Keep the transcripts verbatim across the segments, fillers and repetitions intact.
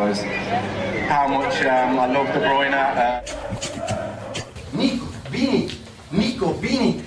know is how much um, I love De Bruyne. Uh... Nico, Vini, Nico, Vini.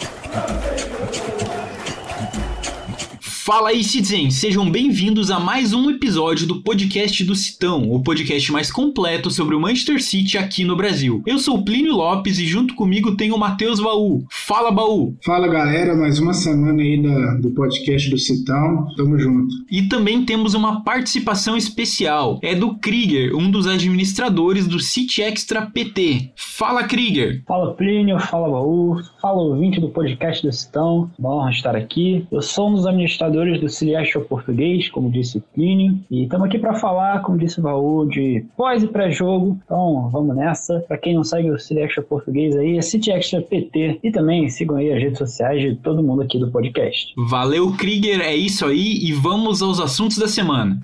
Fala aí, Citizen! Sejam bem-vindos a mais um episódio do podcast do Citão, o podcast mais completo sobre o Manchester City aqui no Brasil. Eu sou o Plínio Lopes e junto comigo tem o Matheus Baú. Fala, Baú! Fala, galera! Mais uma semana aí da, do podcast do Citão. Tamo junto. E também temos uma participação especial. É do Krieger, um dos administradores do City Extra P T. Fala, Krieger! Fala, Plínio! Fala, Baú! Fala, ouvinte do podcast do Citão. Uma honra estar aqui. Eu sou um dos administradores do City Extra Português, como disse o Plínio, e estamos aqui para falar, como disse o Baú, de pós e pré-jogo. Então vamos nessa. Para quem não segue o City Extra Português aí, é City Extra P T, e também sigam aí as redes sociais de todo mundo aqui do podcast. Valeu, Krieger, é isso aí, e vamos aos assuntos da semana.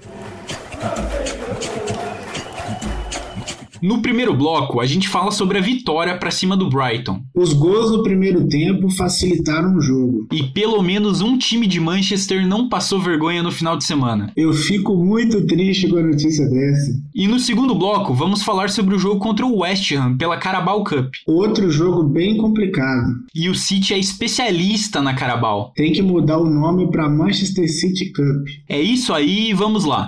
No primeiro bloco, a gente fala sobre a vitória para cima do Brighton. Os gols no primeiro tempo facilitaram o jogo. E pelo menos um time de Manchester não passou vergonha no final de semana. Eu fico muito triste com a notícia dessa. E no segundo bloco, vamos falar sobre o jogo contra o West Ham pela Carabao Cup. Outro jogo bem complicado. E o City é especialista na Carabao. Tem que mudar o nome para Manchester City Cup. É isso aí, vamos lá.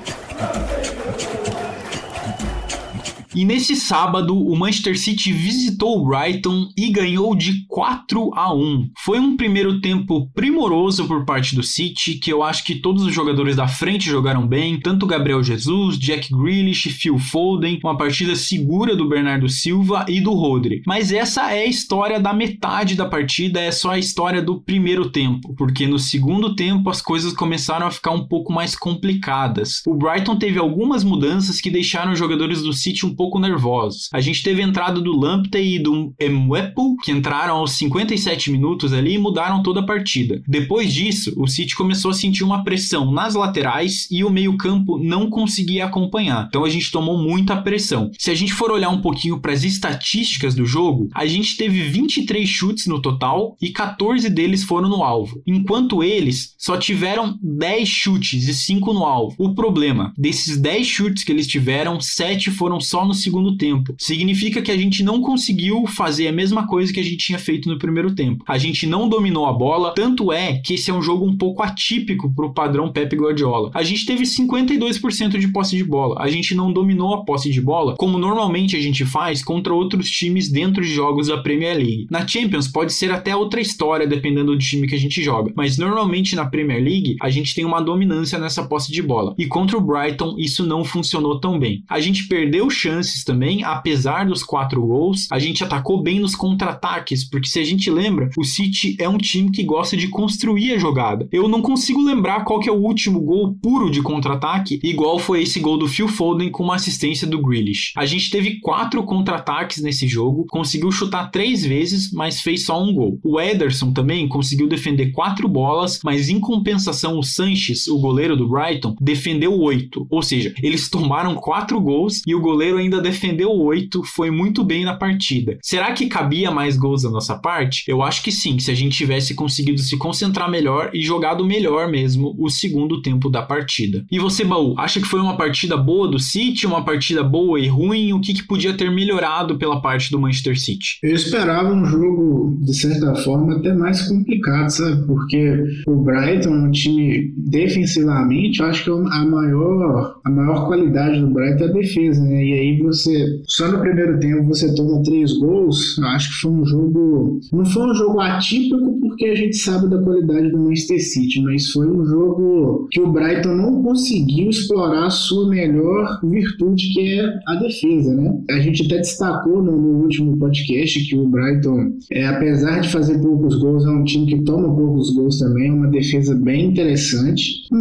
E nesse sábado, o Manchester City visitou o Brighton e ganhou de quatro a um. Foi um primeiro tempo primoroso por parte do City, que eu acho que todos os jogadores da frente jogaram bem, tanto Gabriel Jesus, Jack Grealish, Phil Foden, uma partida segura do Bernardo Silva e do Rodri. Mas essa é a história da metade da partida, é só a história do primeiro tempo, porque no segundo tempo as coisas começaram a ficar um pouco mais complicadas. O Brighton teve algumas mudanças que deixaram os jogadores do City um pouco nervosos. A gente teve a entrada do Lamptey e do Mwepu, que entraram aos cinquenta e sete minutos ali e mudaram toda a partida. Depois disso, o City começou a sentir uma pressão nas laterais e o meio-campo não conseguia acompanhar. Então a gente tomou muita pressão. Se a gente for olhar um pouquinho para as estatísticas do jogo, a gente teve vinte e três chutes no total e quatorze deles foram no alvo, enquanto eles só tiveram dez chutes e cinco no alvo. O problema, desses dez chutes que eles tiveram, sete foram só no segundo tempo. Significa que a gente não conseguiu fazer a mesma coisa que a gente tinha feito no primeiro tempo. A gente não dominou a bola, tanto é que esse é um jogo um pouco atípico para o padrão Pep Guardiola. A gente teve cinquenta e dois por cento de posse de bola. A gente não dominou a posse de bola como normalmente a gente faz contra outros times dentro de jogos da Premier League. Na Champions pode ser até outra história dependendo do time que a gente joga, mas normalmente na Premier League a gente tem uma dominância nessa posse de bola. E contra o Brighton isso não funcionou tão bem. A gente perdeu chances também, apesar dos quatro gols. A gente atacou bem nos contra-ataques, porque se a gente lembra, o City é um time que gosta de construir a jogada. Eu não consigo lembrar qual que é o último gol puro de contra-ataque, igual foi esse gol do Phil Foden com uma assistência do Grealish. A gente teve quatro contra-ataques nesse jogo, conseguiu chutar três vezes, mas fez só um gol. O Ederson também conseguiu defender quatro bolas, mas em compensação o Sanches, o goleiro do Brighton, defendeu oito. Ou seja, eles tomaram quatro gols e o goleiro ainda defendeu oito, foi muito bem na partida. Será que cabia mais gols da nossa parte? Eu acho que sim, se a gente tivesse conseguido se concentrar melhor e jogado melhor mesmo o segundo tempo da partida. E você, Baú, acha que foi uma partida boa do City, uma partida boa e ruim? O que, que podia ter melhorado pela parte do Manchester City? Eu esperava um jogo, de certa forma, até mais complicado, sabe? Porque o Brighton é um time defensivamente, eu acho que a maior, a maior qualidade do Brighton é a defesa, né? E aí você, só no primeiro tempo você toma três gols, eu acho que foi um jogo, não foi um jogo atípico porque a gente sabe da qualidade do Manchester City, mas foi um jogo que o Brighton não conseguiu explorar a sua melhor virtude, que é a defesa, né? A gente até destacou no, no último podcast que o Brighton, é, apesar de fazer poucos gols, é um time que toma poucos gols também, é uma defesa bem interessante,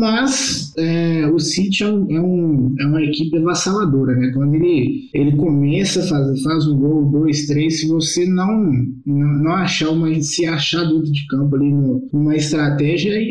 mas é, o City é, um, é, um, é uma equipe avassaladora, né? Quando ele, ele começa a fazer, faz um gol, dois, três, se você não, não, não achar uma, se achar dentro de campo ali no, numa estratégia, aí é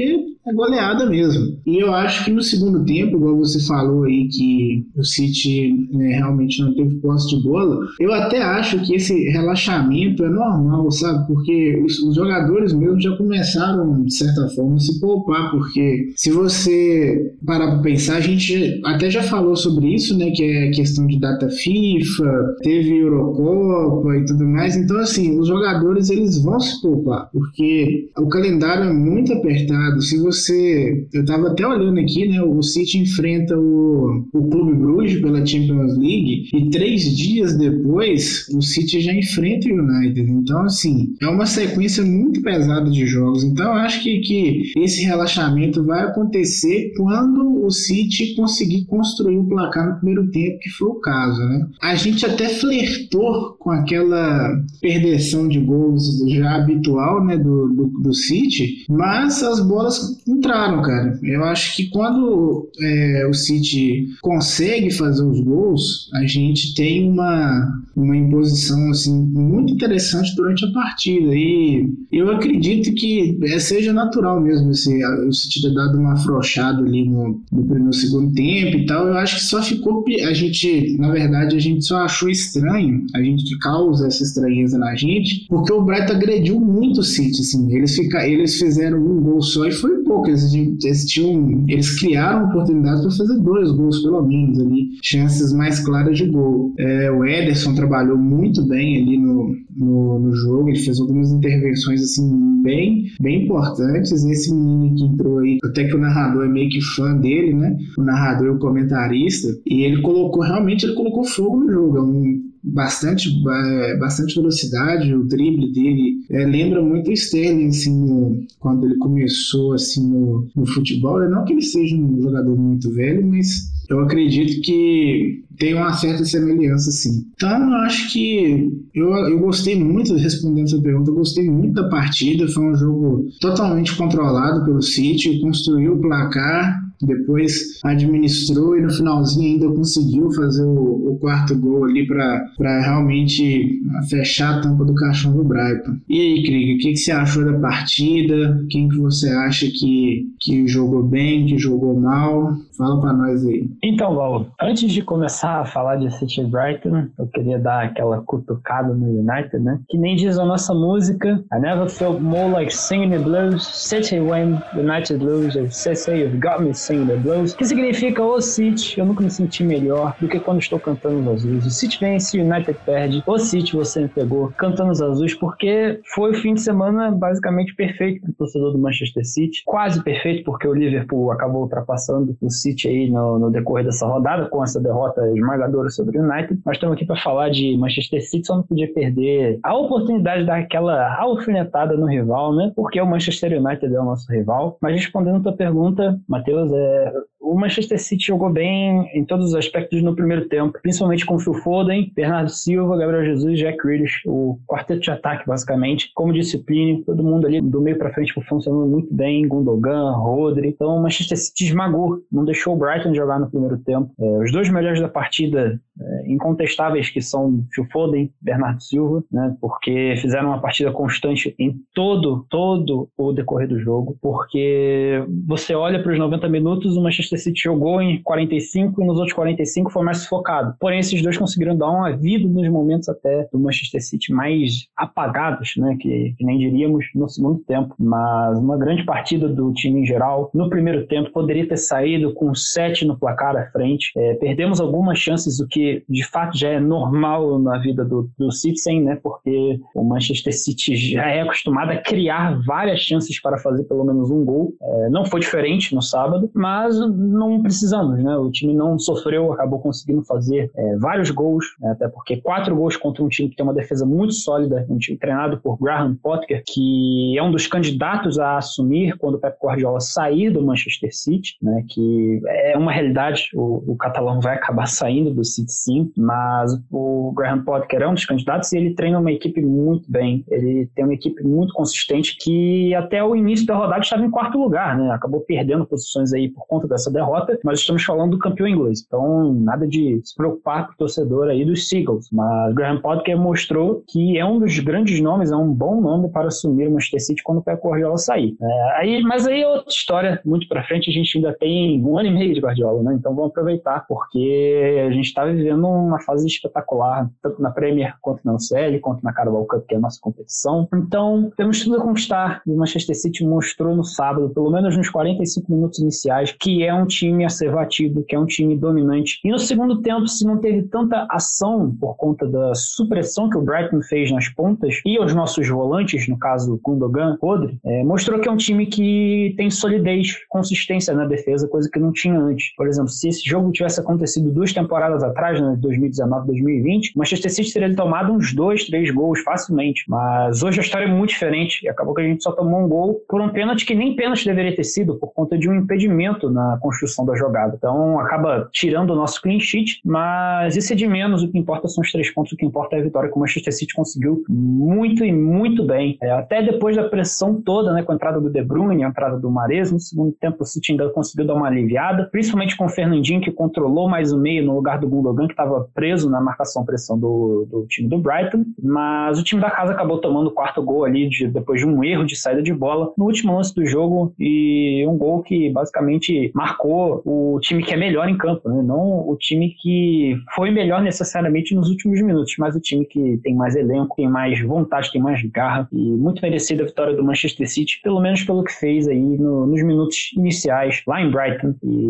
é goleada mesmo. E eu acho que no segundo tempo, igual você falou aí que o City, né, realmente não teve posse de bola, eu até acho que esse relaxamento é normal, sabe? Porque os, os jogadores mesmo já começaram, de certa forma, a se poupar, porque se você parar para pensar, a gente até já falou sobre isso, né? Que é questão de data FIFA, teve Eurocopa e tudo mais. Então, assim, os jogadores eles vão se poupar, porque o calendário é muito apertado. Se você... Eu tava até olhando aqui, né? O City enfrenta o, o Clube Bruges pela Champions League e três dias depois o City já enfrenta o United. Então, assim, é uma sequência muito pesada de jogos. Então, eu acho que, que esse relaxamento vai acontecer quando o City conseguir construir o placar no primeiro tempo, que foi o caso, né? A gente até flertou com aquela perdição de gols já habitual, né, do, do, do City, mas as bolas entraram, cara. Eu acho que quando é, o City consegue fazer os gols, a gente tem uma, uma imposição assim, muito interessante durante a partida, e eu acredito que seja natural mesmo esse, o City ter dado uma afrouxada ali no, no, no segundo tempo e tal. Eu acho que só ficou, a gente, na verdade, a gente só achou estranho, a gente causa essa estranheza na gente, porque o Brighton agrediu muito o City, assim, eles, fica, eles fizeram um gol só e foi pouco, eles, eles, tinham, eles criaram oportunidades para fazer dois gols, pelo menos, ali, chances mais claras de gol. É, o Ederson trabalhou muito bem ali no, no, no jogo, ele fez algumas intervenções, assim, bem, bem importantes. Esse menino que entrou aí, até que o narrador é meio que fã dele, né, o narrador e o comentarista, e ele colocou, realmente, ele colocou fogo no jogo, é um bastante, bastante velocidade, o drible dele é, lembra muito o Sterling, assim, no, quando ele começou assim, no, no futebol. Não que ele seja um jogador muito velho, mas eu acredito que tem uma certa semelhança, sim. Então, eu acho que eu, eu gostei muito, respondendo essa pergunta, eu gostei muito da partida. Foi um jogo totalmente controlado pelo City, construiu o placar, depois administrou e no finalzinho ainda conseguiu fazer o, o quarto gol ali para realmente fechar a tampa do caixão do Brighton. E aí, Krieger, o que, que você achou da partida? Quem que você acha que, que jogou bem, que jogou mal? Fala para nós aí. Então, Val, antes de começar a falar de City e Brighton, eu queria dar aquela cutucada no United, né? Que nem diz a nossa música, I never felt more like singing the blues, City when United lose, or City you've got me singing the blues, que significa, ô City, eu nunca me senti melhor do que quando estou cantando os azuis. O City vence, o United perde, ô City você me pegou cantando os azuis, porque foi o fim de semana basicamente perfeito para o torcedor do Manchester City, quase perfeito, porque o Liverpool acabou ultrapassando o City aí no, no decorrer dessa rodada, com essa derrota esmagadora sobre o United. Nós estamos aqui para falar de Manchester City, só não podia perder a oportunidade de dar aquela alfinetada no rival, né? Porque o Manchester United é o nosso rival. Mas respondendo a tua pergunta, Matheus, é... o Manchester City jogou bem em todos os aspectos no primeiro tempo, principalmente com o Phil Foden, Bernardo Silva, Gabriel Jesus e Jack Grealish, o quarteto de ataque, basicamente. Como disciplina, todo mundo ali do meio para frente funcionando muito bem, Gundogan, Rodri. Então o Manchester City esmagou, não deixou o Brighton jogar no primeiro tempo. É, os dois melhores da partida, é, incontestáveis, que são Phil Foden, Bernardo Silva, né, porque fizeram uma partida constante em todo, todo o decorrer do jogo, porque você olha para os noventa minutos, o Manchester City jogou em quarenta e cinco e nos outros quarenta e cinco foi mais sufocado. Porém, esses dois conseguiram dar uma vida nos momentos até do Manchester City mais apagados, né, que, que nem diríamos no segundo tempo. Mas uma grande partida do time em geral. No primeiro tempo poderia ter saído com sete no placar à frente. É, perdemos algumas chances, o que de fato já é normal na vida do, do Citizen, né, porque o Manchester City já é acostumado a criar várias chances para fazer pelo menos um gol. É, não foi diferente no sábado, mas não precisamos, né? O time não sofreu, acabou conseguindo fazer é, vários gols, né? Até porque quatro gols contra um time que tem uma defesa muito sólida, um time treinado por Graham Potter, que é um dos candidatos a assumir quando o Pep Guardiola sair do Manchester City, né? Que é uma realidade, o, o catalão vai acabar saindo do City, sim, mas o Graham Potter é um dos candidatos e ele treina uma equipe muito bem. Ele tem uma equipe muito consistente que até o início da rodada estava em quarto lugar, né? Acabou perdendo posições aí por conta dessa derrota, mas estamos falando do campeão inglês. Então, nada de se preocupar com o torcedor aí dos Seagulls. Mas o Graham Potter mostrou que é um dos grandes nomes, é um bom nome para assumir o Manchester City quando o Pep Guardiola sair. É, aí, mas aí é outra história, muito pra frente a gente ainda tem um ano e meio de Guardiola, né? Então vamos aproveitar, porque a gente está vivendo uma fase espetacular, tanto na Premier quanto na U C L, quanto na Carabao Cup, que é a nossa competição. Então temos tudo a conquistar, e o Manchester City mostrou no sábado, pelo menos nos quarenta e cinco minutos iniciais, que é um time a ser batido, que é um time dominante. E no segundo tempo, se não teve tanta ação por conta da supressão que o Brighton fez nas pontas e aos nossos volantes, no caso Gundogan, Rodri, é, mostrou que é um time que tem solidez, consistência na defesa, coisa que não tinha antes. Por exemplo, se esse jogo tivesse acontecido duas temporadas atrás, né, dois mil e dezenove, dois mil e vinte, o Manchester City teria tomado uns dois, três gols facilmente. Mas hoje a história é muito diferente e acabou que a gente só tomou um gol por um pênalti que nem pênalti deveria ter sido, por conta de um impedimento na construção da jogada. Então acaba tirando o nosso clean sheet, mas isso é de menos. O que importa são os três pontos, o que importa é a vitória que o Manchester City conseguiu muito e muito bem. É, até depois da pressão toda, né, com a entrada do De Bruyne, a entrada do Mahrez, no segundo tempo o City ainda conseguiu dar uma aliviada, principalmente com o Fernandinho, que controlou mais o meio no lugar do Gundogan, que estava preso na marcação-pressão do, do time do Brighton, mas o time da casa acabou tomando o quarto gol ali, de, depois de um erro de saída de bola, no último lance do jogo, e um gol que basicamente marcou o time que é melhor em campo, né? Não o time que foi melhor necessariamente nos últimos minutos, mas o time que tem mais elenco, tem mais vontade, tem mais garra, e muito merecida a vitória do Manchester City, pelo menos pelo que fez aí no, nos minutos iniciais lá em Brighton.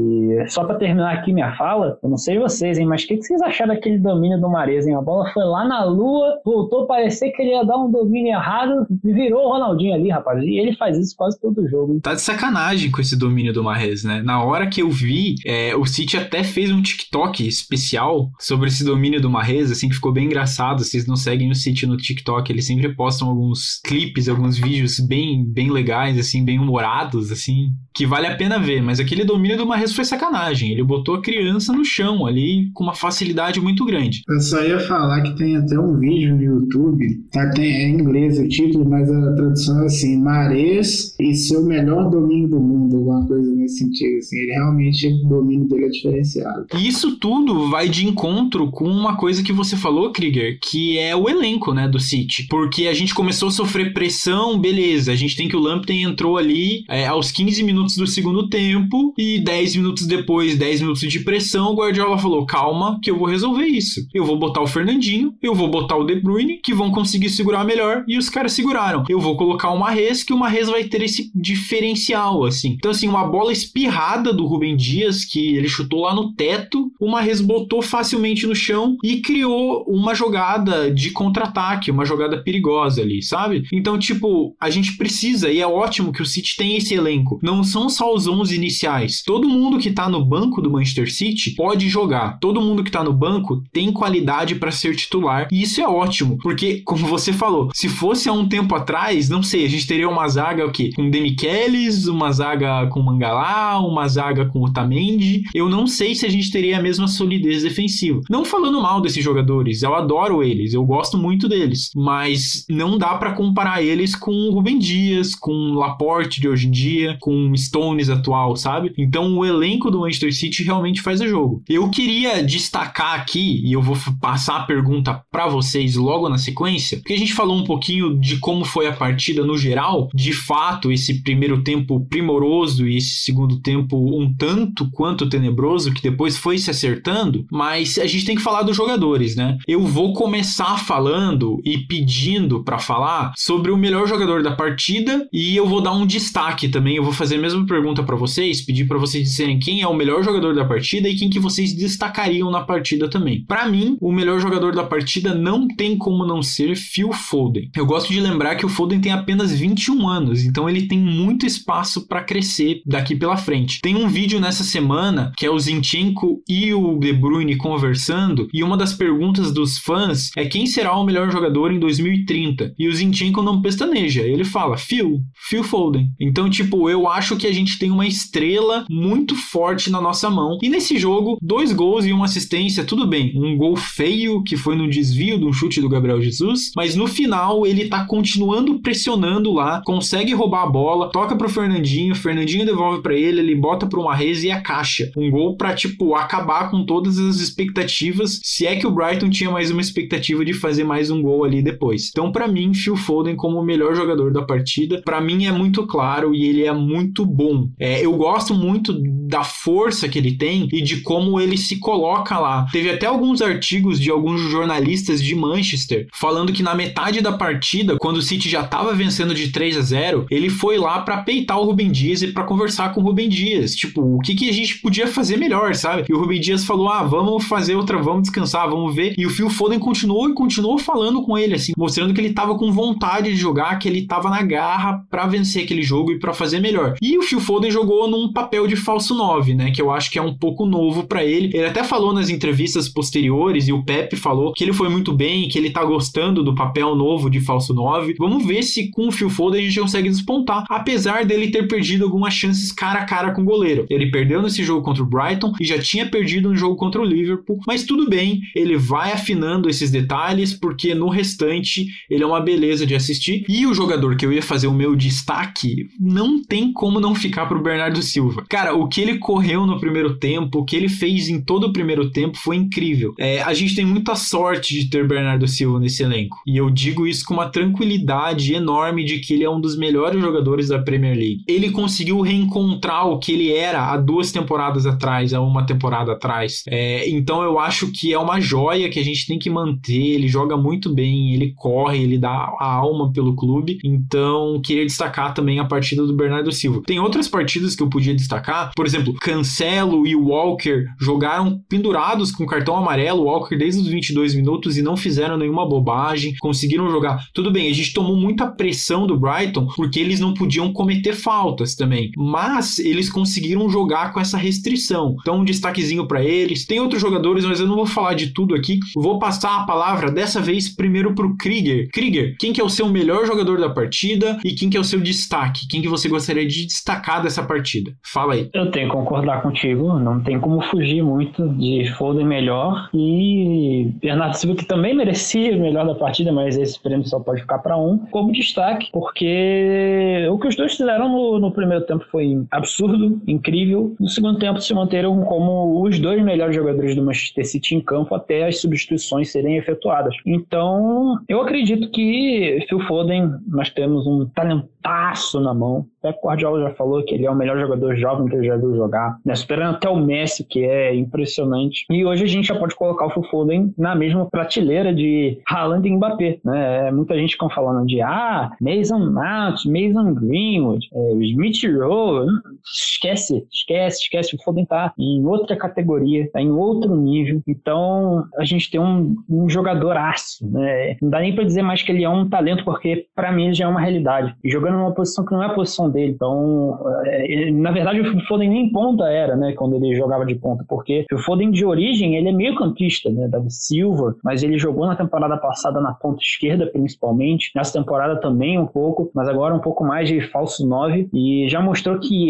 E só para terminar aqui minha fala, eu não sei vocês, hein, mas o que, que vocês acharam daquele domínio do Mahrez, hein? A bola foi lá na lua, voltou a parecer que ele ia dar um domínio errado, virou o Ronaldinho ali, rapaz, e ele faz isso quase todo jogo, hein? Tá de sacanagem com esse domínio do Mahrez, né? Na hora que eu vi, é, o City até fez um TikTok especial sobre esse domínio do Mahrez, assim, que ficou bem engraçado. Vocês não seguem o City no TikTok, eles sempre postam alguns clipes, alguns vídeos bem, bem legais, assim, bem humorados, assim, que vale a pena ver. Mas aquele domínio do Mahrez foi sacanagem. Ele botou a criança no chão ali com uma facilidade muito grande. Eu só ia falar que tem até um vídeo no YouTube, tá? Tem, é em inglês o título, mas a tradução é assim: Mahrez e seu melhor domínio do mundo, alguma coisa nesse sentido, assim. Ele realmente, o domínio dele é diferenciado. E isso tudo vai de encontro com uma coisa que você falou, Krieger, que é o elenco, né, do City. Porque a gente começou a sofrer pressão, beleza, a gente tem que o Lamptey entrou ali é, aos quinze minutos do segundo tempo e dez minutos depois, dez minutos de pressão, o Guardiola falou: calma que eu vou resolver isso. Eu vou botar o Fernandinho, eu vou botar o De Bruyne, que vão conseguir segurar melhor, e os caras seguraram. Eu vou colocar o Mahrez, que o Mahrez vai ter esse diferencial, assim. Então, assim, uma bola espirrada do Rúben Dias, que ele chutou lá no teto, o Mahrez botou facilmente no chão e criou uma jogada de contra-ataque, uma jogada perigosa ali, sabe? Então, tipo, a gente precisa, e é ótimo que o City tem esse elenco. Não são só os onze iniciais. Todo mundo que tá no banco do Manchester City pode jogar. Todo mundo que tá no banco tem qualidade pra ser titular. E isso é ótimo, porque, como você falou, se fosse há um tempo atrás, não sei, a gente teria uma zaga o quê? Com Demichelis, uma zaga com Mangala, uma zaga com Otamendi. Eu não sei se a gente teria a mesma solidez defensiva. Não falando mal desses jogadores, eu adoro eles, eu gosto muito deles, mas não dá pra comparar eles com o Rúben Dias, com o Laporte de hoje em dia, com o Stones atual, sabe? Então o elenco do Manchester City realmente faz o jogo. Eu queria destacar aqui, e eu vou passar a pergunta pra vocês logo na sequência, porque a gente falou um pouquinho de como foi a partida no geral. De fato, esse primeiro tempo primoroso e esse segundo tempo um tanto quanto tenebroso, que depois foi se acertando, mas a gente tem que falar dos jogadores, né? Eu vou começar falando e pedindo pra falar sobre o melhor jogador da partida, e eu vou dar um destaque também. Eu vou fazer a mesma pergunta pra vocês, pedir pra vocês disserem quem é o melhor jogador da partida e quem que vocês destacariam na partida também. Pra mim, o melhor jogador da partida não tem como não ser Phil Foden. Eu gosto de lembrar que o Foden tem apenas vinte e um anos, então ele tem muito espaço pra crescer daqui pela frente. Tem um vídeo nessa semana que é o Zinchenko e o De Bruyne conversando, e uma das perguntas dos fãs é quem será o melhor jogador em dois mil e trinta, e o Zinchenko não pestaneja, ele fala Phil, Phil Foden. Então, tipo, eu acho que a gente tem uma estrela muito forte na nossa mão, e nesse jogo, dois gols e uma assistência assistência, tudo bem, um gol feio que foi no desvio de um chute do Gabriel Jesus, mas no final ele tá continuando pressionando lá, consegue roubar a bola, toca pro Fernandinho, o Fernandinho devolve pra ele, ele bota pro Mahrez e a caixa. Um gol pra, tipo, acabar com todas as expectativas, se é que o Brighton tinha mais uma expectativa de fazer mais um gol ali depois. Então, pra mim, Phil Foden como o melhor jogador da partida, pra mim é muito claro e ele é muito bom. É, eu gosto muito da força que ele tem e de como ele se coloca lá. Teve até alguns artigos de alguns jornalistas de Manchester falando que na metade da partida, quando o City já tava vencendo de três a zero, ele foi lá pra peitar o Rúben Dias e pra conversar com o Rúben Dias. Tipo, o que, que a gente podia fazer melhor, sabe? E o Rúben Dias falou, ah, vamos fazer outra, vamos descansar, vamos ver. E o Phil Foden continuou e continuou falando com ele, assim, mostrando que ele tava com vontade de jogar, que ele tava na garra pra vencer aquele jogo e pra fazer melhor. E o Phil Foden jogou num papel de falso nove, né? Que eu acho que é um pouco novo pra ele. Ele até falou nas entrevistas posteriores, e o Pepe falou que ele foi muito bem, que ele tá gostando do papel novo de falso nove. Vamos ver se com o Phil Foden a gente consegue despontar, apesar dele ter perdido algumas chances cara a cara com o goleiro. Ele perdeu nesse jogo contra o Brighton e já tinha perdido no jogo contra o Liverpool, mas tudo bem, ele vai afinando esses detalhes, porque no restante ele é uma beleza de assistir. E o jogador que eu ia fazer o meu destaque, não tem como não ficar pro Bernardo Silva. Cara, o que ele correu no primeiro tempo, o que ele fez em todo o primeiro tempo foi incrível. É, a gente tem muita sorte de ter Bernardo Silva nesse elenco, e eu digo isso com uma tranquilidade enorme de que ele é um dos melhores jogadores da Premier League. Ele conseguiu reencontrar o que ele era há duas temporadas atrás, há uma temporada atrás. É, então eu acho que é uma joia que a gente tem que manter. Ele joga muito bem, ele corre, ele dá a alma pelo clube. Então queria destacar também a partida do Bernardo Silva. Tem outras partidas que eu podia destacar, por exemplo, Cancelo e Walker jogaram pendurados com cartão amarelo, o Walker desde os vinte e dois minutos, e não fizeram nenhuma bobagem, conseguiram jogar. Tudo bem, a gente tomou muita pressão do Brighton porque eles não podiam cometer faltas também, mas eles conseguiram jogar com essa restrição. Então um destaquezinho para eles. Tem outros jogadores, mas eu não vou falar de tudo aqui. Vou passar a palavra dessa vez primeiro pro Krieger. Krieger, quem que é o seu melhor jogador da partida e quem que é o seu destaque? Quem que você gostaria de destacar dessa partida? Fala aí. Eu tenho que concordar contigo, não tem como fugir muito de Foden melhor e Bernardo Silva, que também merecia o melhor da partida, mas esse prêmio só pode ficar para um, como destaque, porque o que os dois fizeram no, no primeiro tempo foi absurdo, incrível. No segundo tempo se manteram como os dois melhores jogadores do Manchester City em campo até as substituições serem efetuadas. Então, eu acredito que Phil Foden, nós temos um talentaço na mão. O Pep Guardiola já falou que ele é o melhor jogador jovem que ele já viu jogar, né? Superando até o Messi, que é impressionante. E hoje a gente já pode colocar o Phil Foden na mesma prateleira de Haaland e Mbappé, né? Muita gente fica falando de ah, Mason Mount, Mason Greenwood, é, Smith Rowe. Esquece, esquece, esquece. O Foden tá em outra categoria, tá em outro nível. Então a gente tem um, um jogador aço, né? Não dá nem pra dizer mais que ele é um talento, porque pra mim ele já é uma realidade. E jogando numa posição que não é a posição dele. Então, ele, na verdade, o Foden nem ponta era, né? Quando ele jogava de ponta, porque o Foden de origem, ele é meio campista, né? Davi Silva, mas ele jogou na temporada passada na ponta esquerda, principalmente. Nessa temporada também um pouco, mas agora um pouco mais de falso nove. E já mostrou que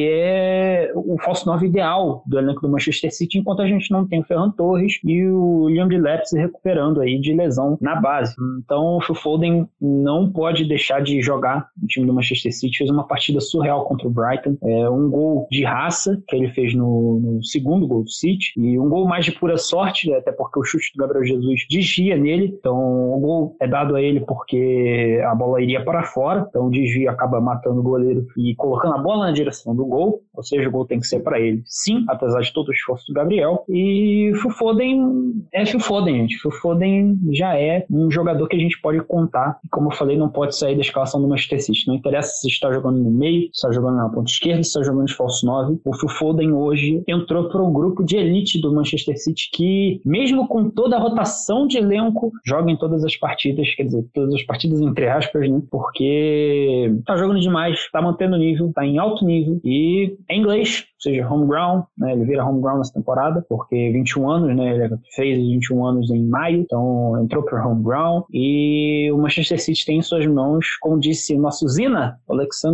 é o falso nove ideal do elenco do Manchester City, enquanto a gente não tem o Ferran Torres e o Liam Delap se recuperando aí de lesão na base. Então, o Foden não pode deixar de jogar no time do Manchester City. Fez uma partida surreal contra o Brighton. É um gol de raça que ele fez no, no segundo gol do City, e um gol mais de pura sorte, até porque o chute do Gabriel Jesus desvia nele. Então, o gol é dado a ele porque a bola iria para fora. Então, o desvio acaba matando o goleiro e colocando a bola na direção do gol. Ou seja, o gol tem que ser para ele, sim, apesar de todo o esforço do Gabriel. E o Foden é o Foden, gente. O Foden já é um jogador que a gente pode contar. E como eu falei, não pode sair da escalação do Manchester City. Não interessa se está jogando no meio, se está jogando na ponta esquerda, se está jogando de falso nove. O Phil Foden hoje entrou para o grupo de elite do Manchester City, que mesmo com toda a rotação de elenco, joga em todas as partidas, quer dizer, todas as partidas entre aspas, né? Porque está jogando demais, está mantendo o nível, está em alto nível e é inglês, ou seja, home ground, né? Ele vira home ground nessa temporada, porque vinte e um anos, né? Ele fez vinte e um anos em maio, então entrou para home ground e o Manchester City tem em suas mãos, como disse nosso Zina, Alexander Zinchenko,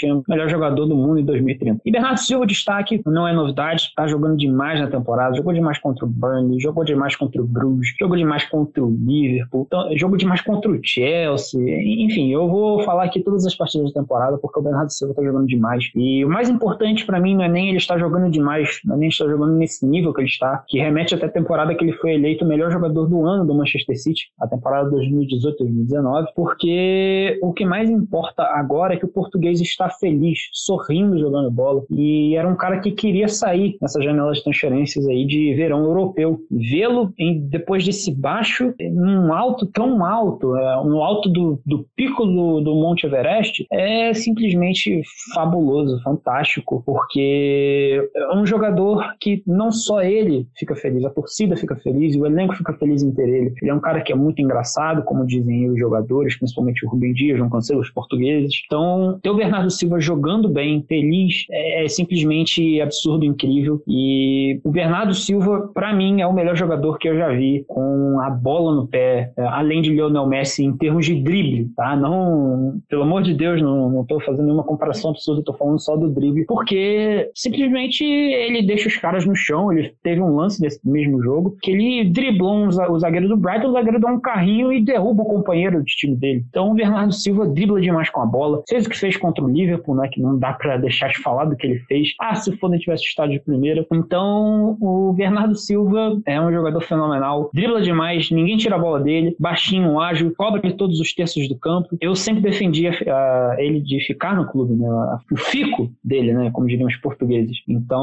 sendo o melhor jogador do mundo em dois mil e trinta. E Bernardo Silva, destaque, não é novidade, tá jogando demais na temporada, jogou demais contra o Burnley, jogou demais contra o Bruges, jogou demais contra o Liverpool, então, jogou demais contra o Chelsea, enfim, eu vou falar aqui todas as partidas da temporada porque o Bernardo Silva tá jogando demais. E o mais importante pra mim não é nem ele estar jogando demais, não é nem ele estar jogando nesse nível que ele está, que remete até a temporada que ele foi eleito o melhor jogador do ano do Manchester City, a temporada dois mil e dezoito dois mil e dezenove, porque o que mais importa agora é que o português está feliz, sorrindo, jogando bola, e era um cara que queria sair nessa janela de transferências aí de verão europeu. Vê-lo em, depois desse baixo, num alto tão alto, é, no alto do, do pico do, do Monte Everest, é simplesmente fabuloso, fantástico, porque é um jogador que não só ele fica feliz, a torcida fica feliz e o elenco fica feliz em ter ele. Ele é um cara que é muito engraçado, como dizem os jogadores, principalmente o Rubem Dias, João Cancelo, os portugueses. Então, ter o Bernardo Silva jogando bem, feliz, é, é simplesmente absurdo, incrível. E o Bernardo Silva, para mim, é o melhor jogador que eu já vi com a bola no pé, é, além de Lionel Messi em termos de drible, tá? Não, pelo amor de Deus, não, não tô fazendo nenhuma comparação absurda, tô falando só do drible, porque simplesmente ele deixa os caras no chão. Ele teve um lance desse mesmo jogo que ele driblou um, o zagueiro do Brighton, o zagueiro dá um carrinho e derruba o companheiro de time dele. Então o Bernardo Silva dribla demais com a bola, fez o que fez contra o Liverpool, né, que não dá pra deixar de falar do que ele fez. Ah, se foda tivesse estado de primeira. Então o Bernardo Silva é um jogador fenomenal, dribla demais, ninguém tira a bola dele, baixinho, ágil, cobra de todos os terços do campo. Eu sempre defendia uh, ele de ficar no clube, né, o fico dele, né, como diriam os portugueses.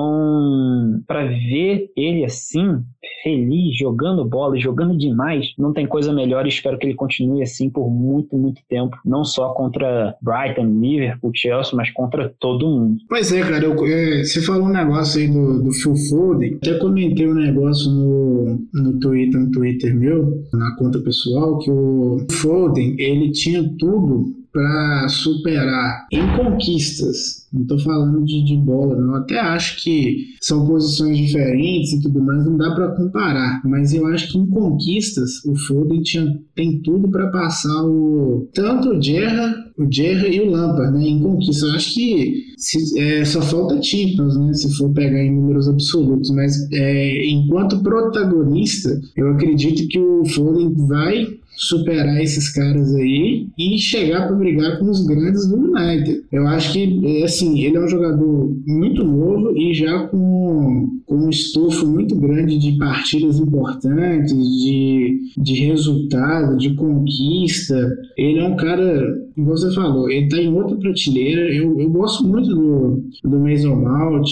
Então, pra ver ele assim, feliz, jogando bola, jogando demais, não tem coisa melhor, e espero que ele continue assim por muito, muito tempo, não só contra Brighton, Liverpool, Chelsea, mas contra todo mundo. Pois é, cara, eu, é, você falou um negócio aí do, do Phil Foden, até comentei um negócio no, no Twitter, no Twitter meu, na conta pessoal, que o Foden, ele tinha tudo para superar em conquistas. Não estou falando de, de bola, não. Até acho que são posições diferentes e tudo mais, não dá para comparar. Mas eu acho que em conquistas o Foden tinha, tem tudo para passar o tanto o Gerrard, o Gerrard e o Lampard, né? Em conquistas, eu acho que se, é, só falta Champions, né? Se for pegar em números absolutos. Mas é, enquanto protagonista, eu acredito que o Foden vai superar esses caras aí e chegar para brigar com os grandes do United. Eu acho que, assim, ele é um jogador muito novo e já com, com um estofo muito grande de partidas importantes, de, de resultado, de conquista. Ele é um cara, como você falou, ele tá em outra prateleira. Eu, eu gosto muito do, do Mason Mount,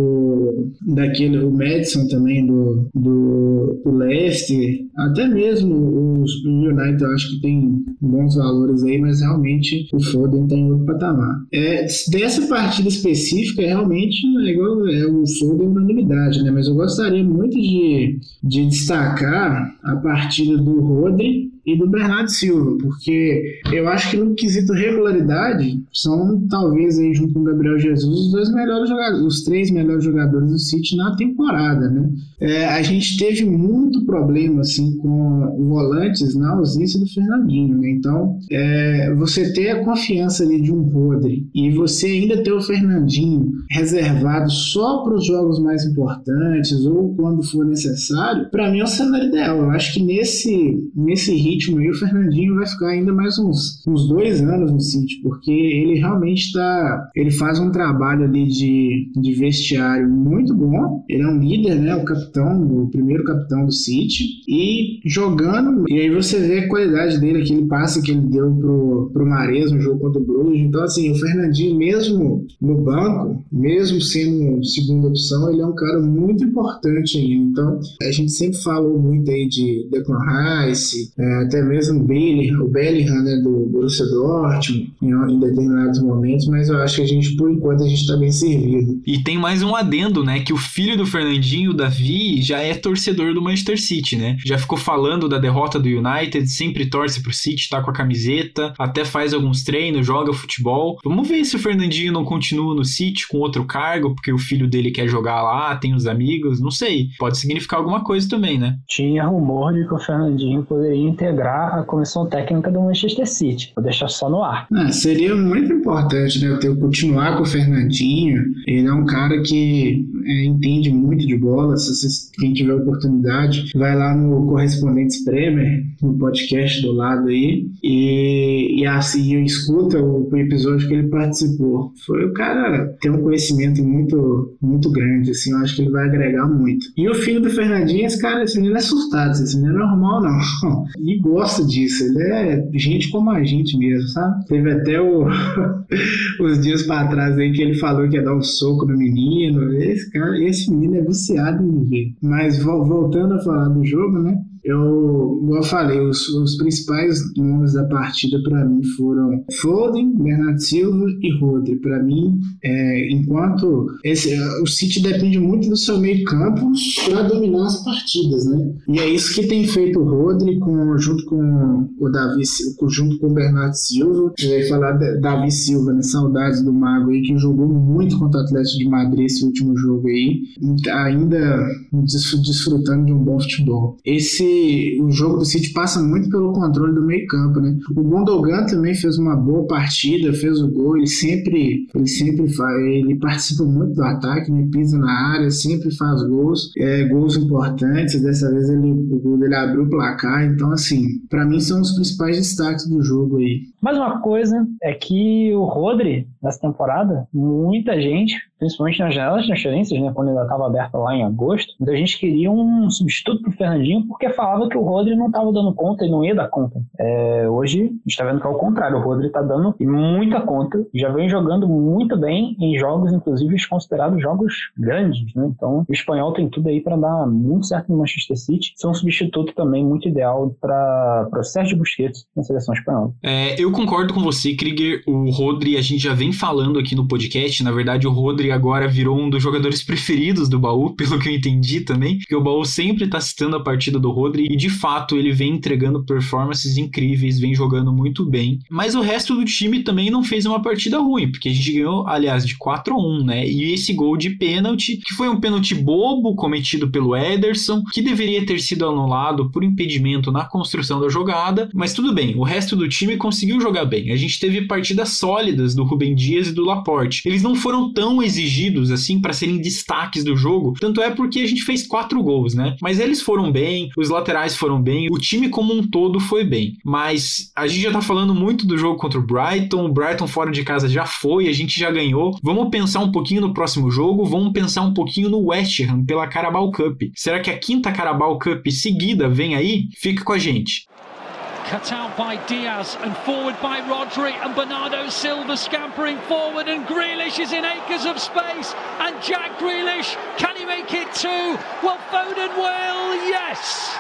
do, daquele, o Maddison também, do, do, do Leicester, até mesmo os United, eu acho que tem bons valores aí, mas realmente o Foden está em outro patamar. É, dessa partida específica, realmente é igual é, o Foden é unanimidade, né? Mas eu gostaria muito de, de destacar a partida do Rodri e do Bernardo Silva, porque eu acho que no quesito regularidade são talvez aí junto com o Gabriel Jesus os dois melhores jogadores, os três melhores jogadores do City na temporada, né? É, a gente teve muito problema assim com volantes na ausência do Fernandinho, né? Então é, você ter a confiança ali de um Rodri e você ainda ter o Fernandinho reservado só para os jogos mais importantes ou quando for necessário, para mim é o cenário ideal. Eu acho que nesse, nesse ritmo aí o Fernandinho vai ficar ainda mais uns, uns dois anos no City, porque ele realmente está, ele faz um trabalho ali de, de vestiário muito bom. Ele é um líder, né? O capitão, o primeiro capitão do City, e jogando, e aí você vê a qualidade dele, aquele passe que ele deu pro, pro Mahrez no jogo contra o Bruges. Então assim, o Fernandinho mesmo no banco, mesmo sendo segunda opção, ele é um cara muito importante ainda. Então a gente sempre falou muito aí de Declan Rice, é, até mesmo o Bellingham, o Bellingham, né, do Borussia Dortmund em, em determinados momentos, mas eu acho que a gente, por enquanto, a gente tá bem servido. E tem mais um adendo, né, que o filho do Fernandinho, o Davi, já é torcedor do Manchester City, né? Já ficou falando da derrota do United, sempre torce pro City, tá com a camiseta, até faz alguns treinos, joga futebol. Vamos ver se o Fernandinho não continua no City com outro cargo, porque o filho dele quer jogar lá, tem os amigos, não sei. Pode significar alguma coisa também, né? Tinha rumor de que o Fernandinho poderia integrar alegrar a comissão técnica do Manchester City. Vou deixar só no ar. Ah, seria muito importante, né, eu continuar com o Fernandinho. Ele é um cara que é, entende muito de bola. Se vocês, quem tiver oportunidade, vai lá no Correspondentes Premier, no podcast do lado aí, e, e assim, escuta o, o episódio que ele participou. Foi o cara tem um conhecimento muito, muito grande, assim, eu acho que ele vai agregar muito. E o filho do Fernandinho, esse cara, esse menino é surtado, esse menino não é normal, não. E gosta disso, ele é gente como a gente mesmo, sabe? Teve até o, os dias pra trás aí que ele falou que ia dar um soco no menino. Esse cara, esse menino é viciado em viver. Mas voltando a falar do jogo, né? Eu, como eu falei, os, os principais nomes da partida para mim foram Foden, Bernardo Silva e Rodri. Para mim, é, enquanto esse, o City depende muito do seu meio campo para dominar as partidas, né? E é isso que tem feito o Rodri com, junto com o Davi, junto com o Bernardo Silva. Eu ia falar de Davi Silva, né? Saudades do Mago aí, que jogou muito contra o Atlético de Madrid esse último jogo aí, ainda desfrutando de um bom futebol. Esse o jogo do City passa muito pelo controle do meio campo, né? O Gundogan também fez uma boa partida, fez o gol, ele sempre ele sempre faz, ele participa muito do ataque, né? Pisa na área, sempre faz gols, é, gols importantes. Dessa vez ele, o gol dele abriu o placar, então assim, pra mim são os principais destaques do jogo aí. Mais uma coisa é que o Rodri, nessa temporada, muita gente, principalmente nas janelas de transferências, né, quando ainda estava aberta lá em agosto, muita gente queria um substituto pro Fernandinho porque falava que o Rodri não estava dando conta e não ia dar conta. É, hoje, a gente está vendo que é o contrário, o Rodri está dando muita conta, já vem jogando muito bem em jogos, inclusive, considerados jogos grandes, né? Então, o espanhol tem tudo aí para dar muito certo no Manchester City, ser um substituto também muito ideal para o Sérgio Busquets na seleção espanhola. É, eu concordo com você, Krieger. O Rodri, a gente já vem falando aqui no podcast, na verdade o Rodri agora virou um dos jogadores preferidos do Baú, pelo que eu entendi também, porque o Baú sempre tá citando a partida do Rodri e de fato ele vem entregando performances incríveis, vem jogando muito bem, mas o resto do time também não fez uma partida ruim, porque a gente ganhou, aliás, de quatro a um, né, e esse gol de pênalti, que foi um pênalti bobo cometido pelo Ederson, que deveria ter sido anulado por impedimento na construção da jogada, mas tudo bem, o resto do time conseguiu jogar bem. A gente teve partidas sólidas do Rúben Dias e do Laporte. Eles não foram tão exigidos assim para serem destaques do jogo, tanto é porque a gente fez quatro gols, né? Mas eles foram bem, os laterais foram bem, o time como um todo foi bem. Mas a gente já tá falando muito do jogo contra o Brighton, o Brighton fora de casa já foi, a gente já ganhou. Vamos pensar um pouquinho no próximo jogo, vamos pensar um pouquinho no West Ham pela Carabao Cup. Será que a quinta Carabao Cup seguida vem aí? Fica com a gente. Cut out by Diaz and forward by Rodri and Bernardo Silva scampering forward and Grealish is in acres of space and Jack Grealish, can he make it two? Well, Foden will, yes!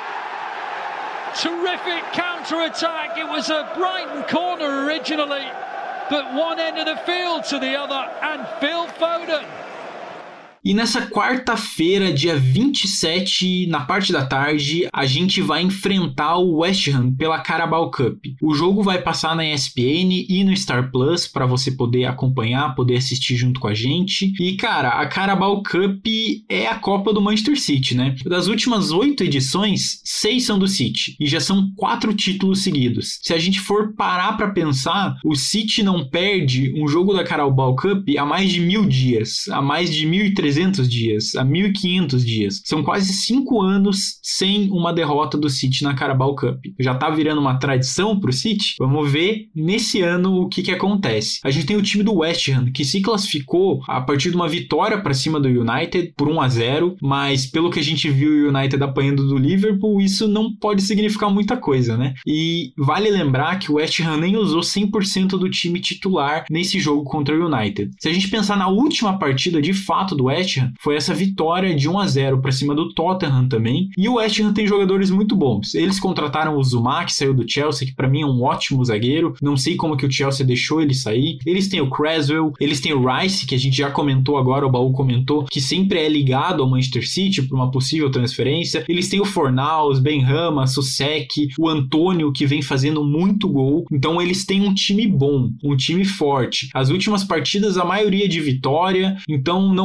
Terrific counter-attack. It was a Brighton corner originally, but one end of the field to the other and Phil Foden. E nessa quarta-feira, dia vinte e sete, na parte da tarde, a gente vai enfrentar o West Ham pela Carabao Cup. O jogo vai passar na E S P N e no Star Plus para você poder acompanhar, poder assistir junto com a gente. E, cara, a Carabao Cup é a Copa do Manchester City, né? Das últimas oito edições, seis são do City. E já são quatro títulos seguidos. Se a gente for parar para pensar, o City não perde um jogo da Carabao Cup há mais de mil dias. Há mais de mil e trezentos dias, a mil e quinhentos dias. São quase cinco anos sem uma derrota do City na Carabao Cup. Já tá virando uma tradição pro City? Vamos ver nesse ano o que que acontece. A gente tem o time do West Ham, que se classificou a partir de uma vitória para cima do United por um a zero, mas pelo que a gente viu o United apanhando do Liverpool, isso não pode significar muita coisa, né? E vale lembrar que o West Ham nem usou cem por cento do time titular nesse jogo contra o United. Se a gente pensar na última partida de fato do West Ham, foi essa vitória de um a zero para cima do Tottenham também, e o West Ham tem jogadores muito bons. Eles contrataram o Zuma, que saiu do Chelsea, que para mim é um ótimo zagueiro, não sei como que o Chelsea deixou ele sair. Eles têm o Creswell, eles têm o Rice, que a gente já comentou agora, o Baú comentou, que sempre é ligado ao Manchester City por uma possível transferência. Eles têm o Fornals, Benrahma, Susek, o Antônio, que vem fazendo muito gol. Então eles têm um time bom, um time forte. As últimas partidas, a maioria de vitória, então não é um time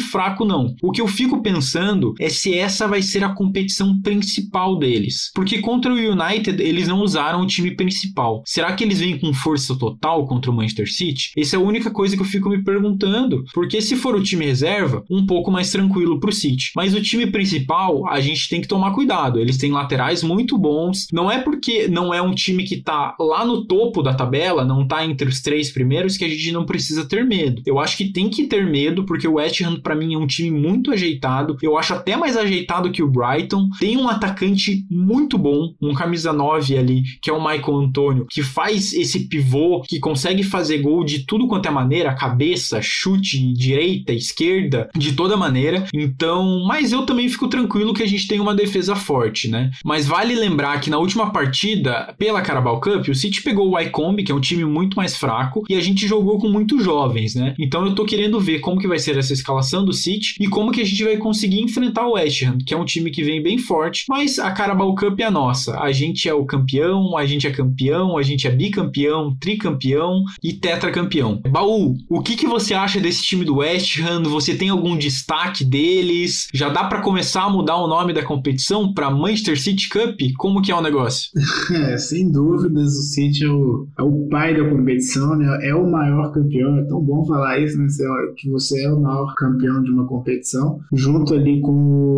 fraco não. O que eu fico pensando é se essa vai ser a competição principal deles. Porque contra o United eles não usaram o time principal. Será que eles vêm com força total contra o Manchester City? Essa é a única coisa que eu fico me perguntando. Porque se for o time reserva, um pouco mais tranquilo pro City. Mas o time principal, a gente tem que tomar cuidado. Eles têm laterais muito bons. Não é porque não é um time que tá lá no topo da tabela, não tá entre os três primeiros, que a gente não precisa ter medo. Eu acho que tem que ter medo, porque o West Ham, pra mim, é um time muito ajeitado. Eu acho até mais ajeitado que o Brighton. Tem um atacante muito bom, um camisa nove ali, que é o Michael Antônio, que faz esse pivô, que consegue fazer gol de tudo quanto é maneira, cabeça, chute, direita, esquerda, de toda maneira. Então, mas eu também fico tranquilo que a gente tem uma defesa forte, né? Mas vale lembrar que na última partida, pela Carabao Cup, o City pegou o Wycombe, que é um time muito mais fraco, e a gente jogou com muitos jovens, né? Então eu tô querendo ver como que vai ser essa escalação do City e como que a gente vai conseguir enfrentar o West Ham, que é um time que vem bem forte, mas a Carabao Cup é a nossa. A gente é o campeão, a gente é campeão, a gente é bicampeão, tricampeão e tetracampeão. Baú, o que que você acha desse time do West Ham? Você tem algum destaque deles? Já dá pra começar a mudar o nome da competição pra Manchester City Cup? Como que é o negócio? É, sem dúvidas, o City é o, é o pai da competição, né? É o maior campeão. É tão bom falar isso, né? Que você é o maior campeão de uma competição, junto ali com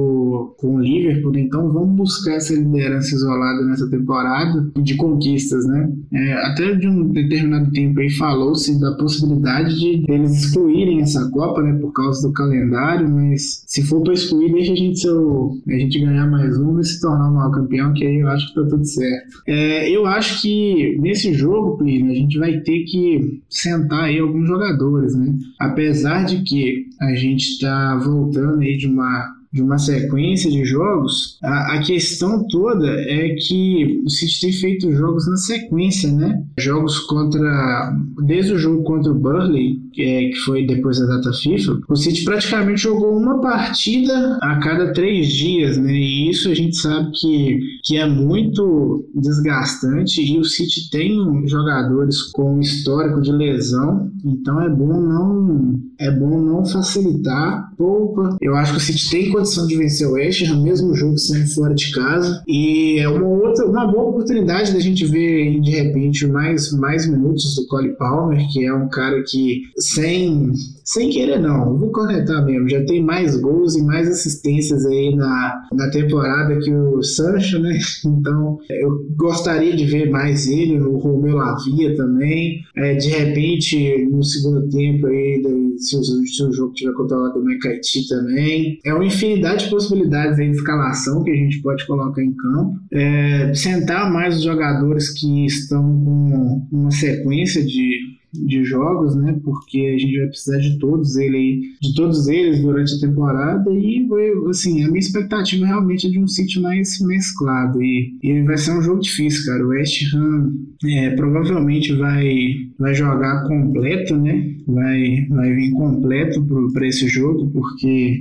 o, com o Liverpool, né? Então vamos buscar essa liderança isolada nessa temporada de conquistas, né? É, até de um determinado tempo aí falou-se da possibilidade de eles excluírem essa Copa, né? Por causa do calendário, mas se for para excluir, deixa a gente, ser o, a gente ganhar mais um e se tornar o maior campeão, que aí eu acho que tá tudo certo. É, eu acho que nesse jogo, Plínio, a gente vai ter que sentar aí alguns jogadores, né? Apesar de que a gente tá voltando aí de uma de uma sequência de jogos, a, a questão toda é que o City tem feito jogos na sequência, né? Jogos contra... Desde o jogo contra o Burnley, que, é, que foi depois da data FIFA, o City praticamente jogou uma partida a cada três dias, né? E isso a gente sabe que, que é muito desgastante, e o City tem jogadores com histórico de lesão, então é bom não, é bom não facilitar, poupa. Eu acho que o City tem condição de vencer o West Ham, mesmo jogo sendo fora de casa, e é uma, outra, uma boa oportunidade da gente ver de repente mais, mais minutos do Cole Palmer, que é um cara que sem, sem querer não, vou cornetar mesmo, já tem mais gols e mais assistências aí na, na temporada que o Sancho, né? Então eu gostaria de ver mais ele, o Romeu Lavia também, é, de repente no segundo tempo aí, se o, se o jogo tiver controlado do Mekaiti também, é uma infinidade de possibilidades aí de escalação que a gente pode colocar em campo, é, sentar mais os jogadores que estão com uma sequência de de jogos, né? Porque a gente vai precisar de todos eles, de todos eles durante a temporada, e assim, a minha expectativa realmente é de um City mais mesclado, e, e vai ser um jogo difícil, cara. O West Ham é, provavelmente vai, vai jogar completo, né? Vai, vai vir completo para esse jogo, porque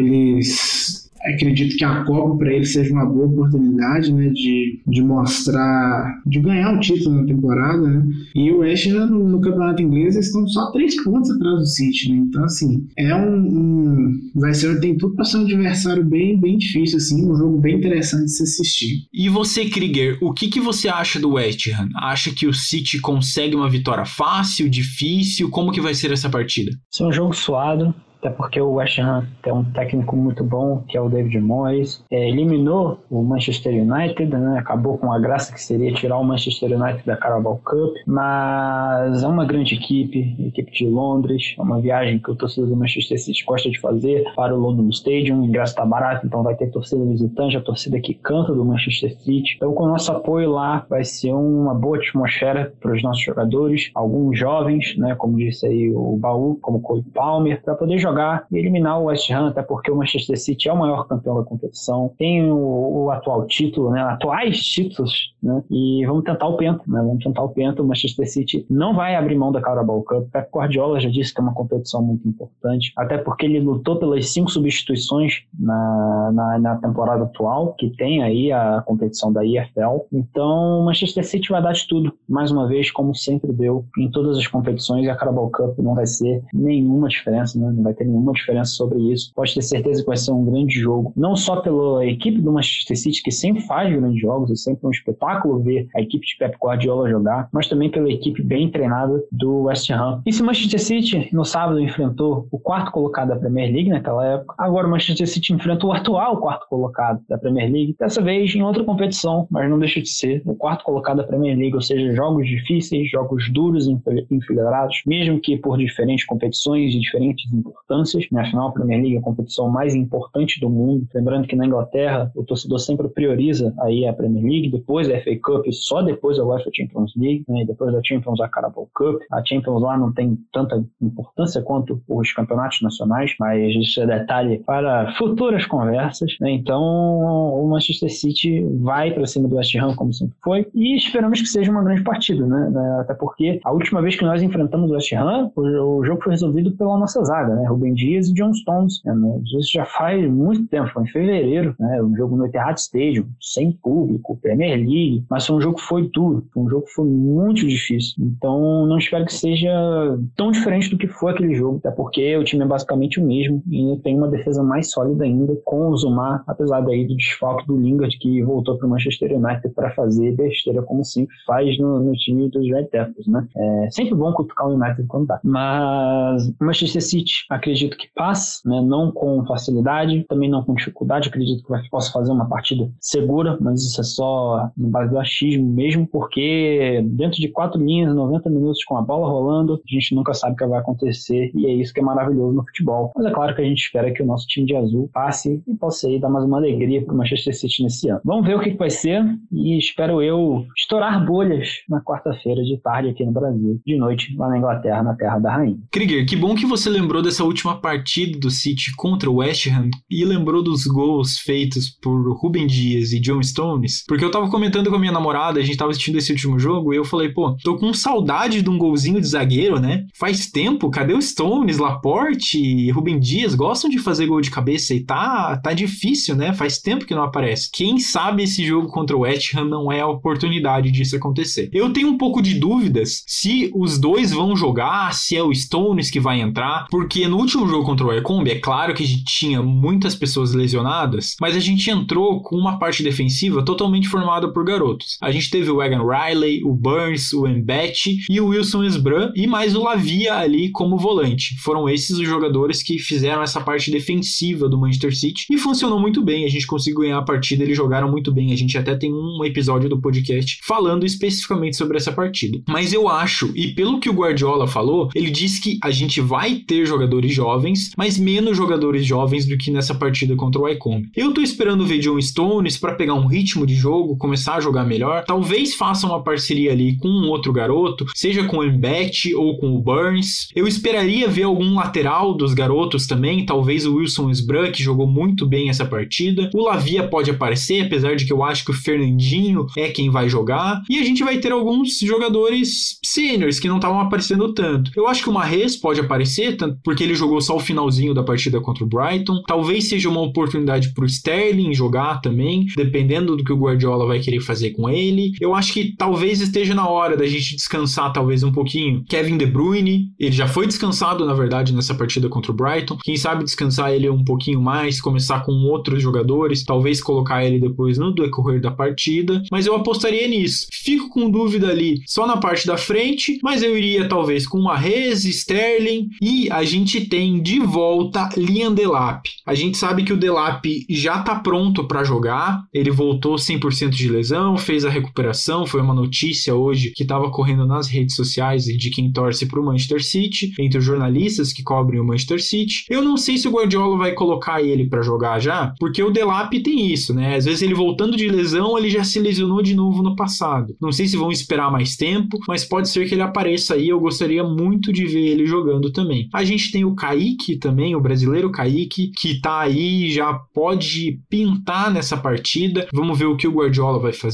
eles... Acredito que a Copa para ele seja uma boa oportunidade, né, de, de mostrar, de ganhar um título na temporada, né? E o West Ham no, no campeonato inglês eles estão só três pontos atrás do City, né? Então assim, é um, um vai ser, tem tudo para ser um adversário bem, bem difícil, assim, um jogo bem interessante de se assistir. E você, Krieger, o que, que você acha do West Ham? Acha que o City consegue uma vitória fácil, difícil? Como que vai ser essa partida? Isso é um jogo suado. Até porque o West Ham tem um técnico muito bom, que é o David Moyes. É, eliminou o Manchester United, né? Acabou com a graça que seria tirar o Manchester United da Carabao Cup, mas é uma grande equipe, equipe de Londres, é uma viagem que o torcedor do Manchester City gosta de fazer para o London Stadium. O ingresso está barato, então vai ter torcida visitante, a torcida que canta do Manchester City. Então, com o nosso apoio lá, vai ser uma boa atmosfera para os nossos jogadores, alguns jovens, né? Como disse aí o Baú, como o Cole Palmer, para poder jogar e eliminar o West Ham, até porque o Manchester City é o maior campeão da competição, tem o, o atual título, né, atuais títulos né? E vamos tentar o penta, né? Vamos tentar o penta. O Manchester City não vai abrir mão da Carabao Cup. Pep Guardiola já disse que é uma competição muito importante, até porque ele lutou pelas cinco substituições na, na, na temporada atual, que tem aí a competição da E F L. Então, o Manchester City vai dar de tudo, mais uma vez, como sempre deu em todas as competições, e a Carabao Cup não vai ser nenhuma diferença, né? Não vai ter nenhuma diferença sobre isso. Pode ter certeza que vai ser um grande jogo, não só pela equipe do Manchester City, que sempre faz grandes jogos, é sempre um espetáculo ver a equipe de Pep Guardiola jogar, mas também pela equipe bem treinada do West Ham. E se o Manchester City, no sábado, enfrentou o quarto colocado da Premier League naquela época, agora o Manchester City enfrenta o atual quarto colocado da Premier League, dessa vez em outra competição, mas não deixa de ser o quarto colocado da Premier League, ou seja, jogos difíceis, jogos duros enfileirados, mesmo que por diferentes competições e diferentes importâncias. Afinal, a Premier League é a competição mais importante do mundo. Lembrando que na Inglaterra o torcedor sempre prioriza aí a Premier League, depois a F A Cup, só depois a UEFA Champions League, né? E depois da Champions a Carabao Cup. A Champions lá não tem tanta importância quanto os campeonatos nacionais, mas isso é detalhe para futuras conversas, né? Então o Manchester City vai para cima do West Ham, como sempre foi, e esperamos que seja uma grande partida, né? Até porque a última vez que nós enfrentamos o West Ham, o jogo foi resolvido pela nossa zaga, né? Rubem Dias e John Stones. Né? Isso já faz muito tempo, foi em fevereiro, né? Um jogo no Etihad Stadium, sem público, Premier League, mas foi um jogo que foi duro, foi um jogo que foi muito difícil. Então não espero que seja tão diferente do que foi aquele jogo, até porque o time é basicamente o mesmo e tem uma defesa mais sólida ainda com o Zuma, apesar daí do desfalque do Lingard, que voltou para o Manchester United para fazer besteira, como sempre faz no, no time dos Red Devils, né? É sempre bom cutucar o United quando dá. Mas o Manchester City, acredito que passe, né? Não com facilidade, também não com dificuldade, acredito que vai, possa fazer uma partida segura, mas isso é só no base do achismo mesmo, porque dentro de quatro linhas, noventa minutos com a bola rolando, a gente nunca sabe o que vai acontecer, e é isso que é maravilhoso no futebol. Mas é claro que a gente espera que o nosso time de azul passe e possa aí dar mais uma alegria para o Manchester City nesse ano. Vamos ver o que, que vai ser, e espero eu estourar bolhas na quarta-feira de tarde aqui no Brasil, de noite lá na Inglaterra, na terra da rainha. Krieger, que bom que você lembrou dessa última partida do City contra o West Ham e lembrou dos gols feitos por Rubem Dias e John Stones, porque eu tava comentando com a minha namorada, a gente tava assistindo esse último jogo e eu falei, pô, tô com saudade de um golzinho de zagueiro, né? Faz tempo, cadê o Stones, Laporte e Rubem Dias? Gostam de fazer gol de cabeça e tá, tá difícil, né? Faz tempo que não aparece. Quem sabe esse jogo contra o West Ham não é a oportunidade disso acontecer. Eu tenho um pouco de dúvidas se os dois vão jogar, se é o Stones que vai entrar, porque no último jogo contra o Wycombe, é claro que a gente tinha muitas pessoas lesionadas, mas a gente entrou com uma parte defensiva totalmente formada por garotos. A gente teve o Egan Riley, o Burns, o Mbete e o Wilson Esbran, e mais o Lavia ali como volante. Foram esses os jogadores que fizeram essa parte defensiva do Manchester City e funcionou muito bem, a gente conseguiu ganhar a partida, eles jogaram muito bem, a gente até tem um episódio do podcast falando especificamente sobre essa partida. Mas eu acho, e pelo que o Guardiola falou, ele disse que a gente vai ter jogadores jovens, mas menos jogadores jovens do que nessa partida contra o Wycombe. Eu tô esperando ver John Stones para pegar um ritmo de jogo, começar a jogar melhor, talvez faça uma parceria ali com um outro garoto, seja com o Mbete ou com o Burns. Eu esperaria ver algum lateral dos garotos também, talvez o Wilson Esbran, que jogou muito bem essa partida. O Lavia pode aparecer, apesar de que eu acho que o Fernandinho é quem vai jogar, e a gente vai ter alguns jogadores sêniores que não estavam aparecendo tanto. Eu acho que o Mahrez pode aparecer, tanto porque ele jogou só o finalzinho da partida contra o Brighton. Talvez seja uma oportunidade para o Sterling jogar também, dependendo do que o Guardiola vai querer fazer com ele. Eu acho que talvez esteja na hora da gente descansar talvez um pouquinho Kevin De Bruyne. Ele já foi descansado, na verdade, nessa partida contra o Brighton. Quem sabe descansar ele um pouquinho mais, começar com outros jogadores, talvez colocar ele depois no decorrer da partida, mas eu apostaria nisso. Fico com dúvida ali só na parte da frente, mas eu iria talvez com Mahrez, Sterling, e a gente tem de volta Liam Delap. A gente sabe que o Delap já tá pronto para jogar, ele voltou cem por cento de lesão, fez a recuperação, foi uma notícia hoje que estava correndo nas redes sociais de quem torce pro Manchester City, entre os jornalistas que cobrem o Manchester City. Eu não sei se o Guardiola vai colocar ele para jogar já, porque o Delap tem isso, né? Às vezes ele voltando de lesão, ele já se lesionou de novo no passado. Não sei se vão esperar mais tempo, mas pode ser que ele apareça aí, eu gostaria muito de ver ele jogando também. A gente tem o Kaique também, o brasileiro Kaique, que tá aí, já pode pintar nessa partida. Vamos ver o que o Guardiola vai fazer.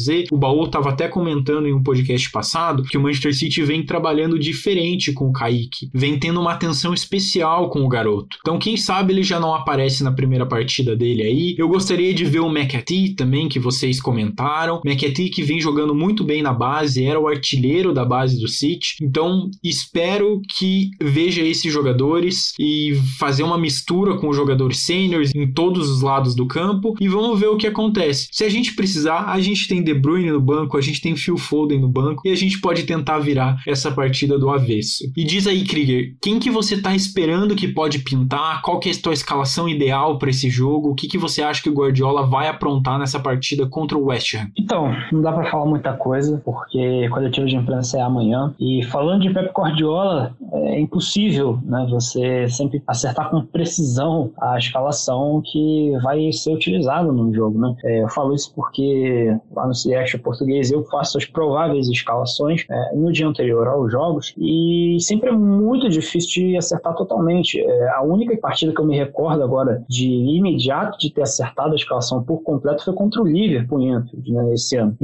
fazer. O Baú estava até comentando em um podcast passado que o Manchester City vem trabalhando diferente com o Kaique, vem tendo uma atenção especial com o garoto. Então quem sabe ele já não aparece na primeira partida dele aí. Eu gostaria de ver o McAtee também, que vocês comentaram. McAtee que vem jogando muito bem na base, era o artilheiro da base do City. Então espero que veja esses jogadores e fazer uma mistura com os jogadores seniors em todos os lados do campo e vamos ver o que acontece. Se a gente precisar, a gente tem De Bruyne no banco, a gente tem Phil Foden no banco e a gente pode tentar virar essa partida do avesso. E diz aí, Krieger, quem que você tá esperando que pode pintar? Qual que é a tua escalação ideal para esse jogo? O que que você acha que o Guardiola vai aprontar nessa partida contra o West Ham? Então, não dá para falar muita coisa, porque coletivo de imprensa é amanhã. E falando de Pep Guardiola, é impossível, né, você sempre acertar com precisão a escalação que vai ser utilizada no jogo, né? É, eu falo isso porque lá no Ciexo português eu faço as prováveis escalações é, no dia anterior aos jogos e sempre é muito difícil de acertar totalmente. É, a única partida que eu me recordo agora de imediato de ter acertado a escalação por completo foi contra o Liverpool em Anfield, né, esse ano.